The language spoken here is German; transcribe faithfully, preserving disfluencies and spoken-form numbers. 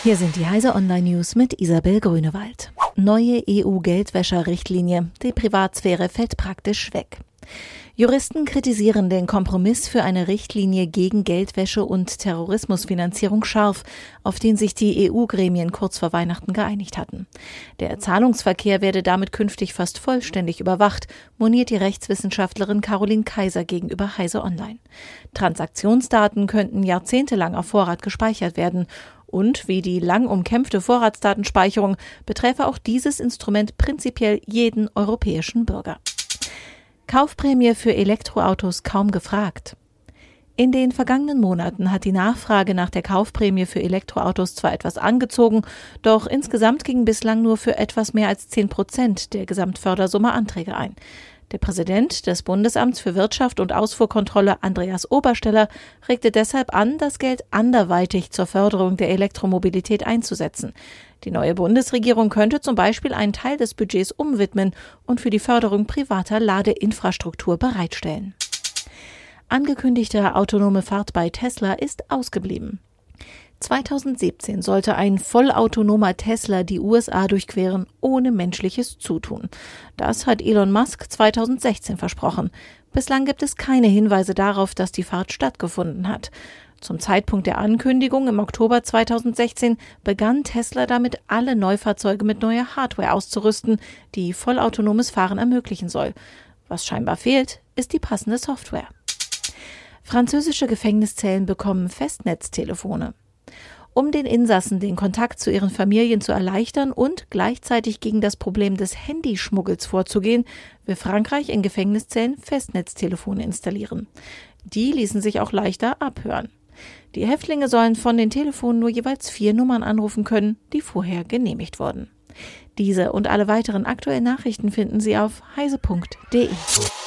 Hier sind die Heise Online News mit Isabel Grünewald. Neue E U-Geldwäscher-Richtlinie. Die Privatsphäre fällt praktisch weg. Juristen kritisieren den Kompromiss für eine Richtlinie gegen Geldwäsche und Terrorismusfinanzierung scharf, auf den sich die E U-Gremien kurz vor Weihnachten geeinigt hatten. Der Zahlungsverkehr werde damit künftig fast vollständig überwacht, moniert die Rechtswissenschaftlerin Caroline Kaiser gegenüber Heise Online. Transaktionsdaten könnten jahrzehntelang auf Vorrat gespeichert werden. Und wie die lang umkämpfte Vorratsdatenspeicherung beträfe auch dieses Instrument prinzipiell jeden europäischen Bürger. Kaufprämie für Elektroautos kaum gefragt. In den vergangenen Monaten hat die Nachfrage nach der Kaufprämie für Elektroautos zwar etwas angezogen, doch insgesamt gingen bislang nur für etwas mehr als zehn Prozent der Gesamtfördersumme Anträge ein. Der Präsident des Bundesamts für Wirtschaft und Ausfuhrkontrolle, Andreas Obersteller, regte deshalb an, das Geld anderweitig zur Förderung der Elektromobilität einzusetzen. Die neue Bundesregierung könnte zum Beispiel einen Teil des Budgets umwidmen und für die Förderung privater Ladeinfrastruktur bereitstellen. Angekündigte autonome Fahrt bei Tesla ist ausgeblieben. zweitausendsiebzehn sollte ein vollautonomer Tesla die U S A durchqueren, ohne menschliches Zutun. Das hat Elon Musk zweitausendsechzehn versprochen. Bislang gibt es keine Hinweise darauf, dass die Fahrt stattgefunden hat. Zum Zeitpunkt der Ankündigung im Oktober zweitausendsechzehn begann Tesla damit, alle Neufahrzeuge mit neuer Hardware auszurüsten, die vollautonomes Fahren ermöglichen soll. Was scheinbar fehlt, ist die passende Software. Französische Gefängniszellen bekommen Festnetztelefone. Um den Insassen den Kontakt zu ihren Familien zu erleichtern und gleichzeitig gegen das Problem des Handyschmuggels vorzugehen, will Frankreich in Gefängniszellen Festnetztelefone installieren. Die ließen sich auch leichter abhören. Die Häftlinge sollen von den Telefonen nur jeweils vier Nummern anrufen können, die vorher genehmigt wurden. Diese und alle weiteren aktuellen Nachrichten finden Sie auf heise punkt de.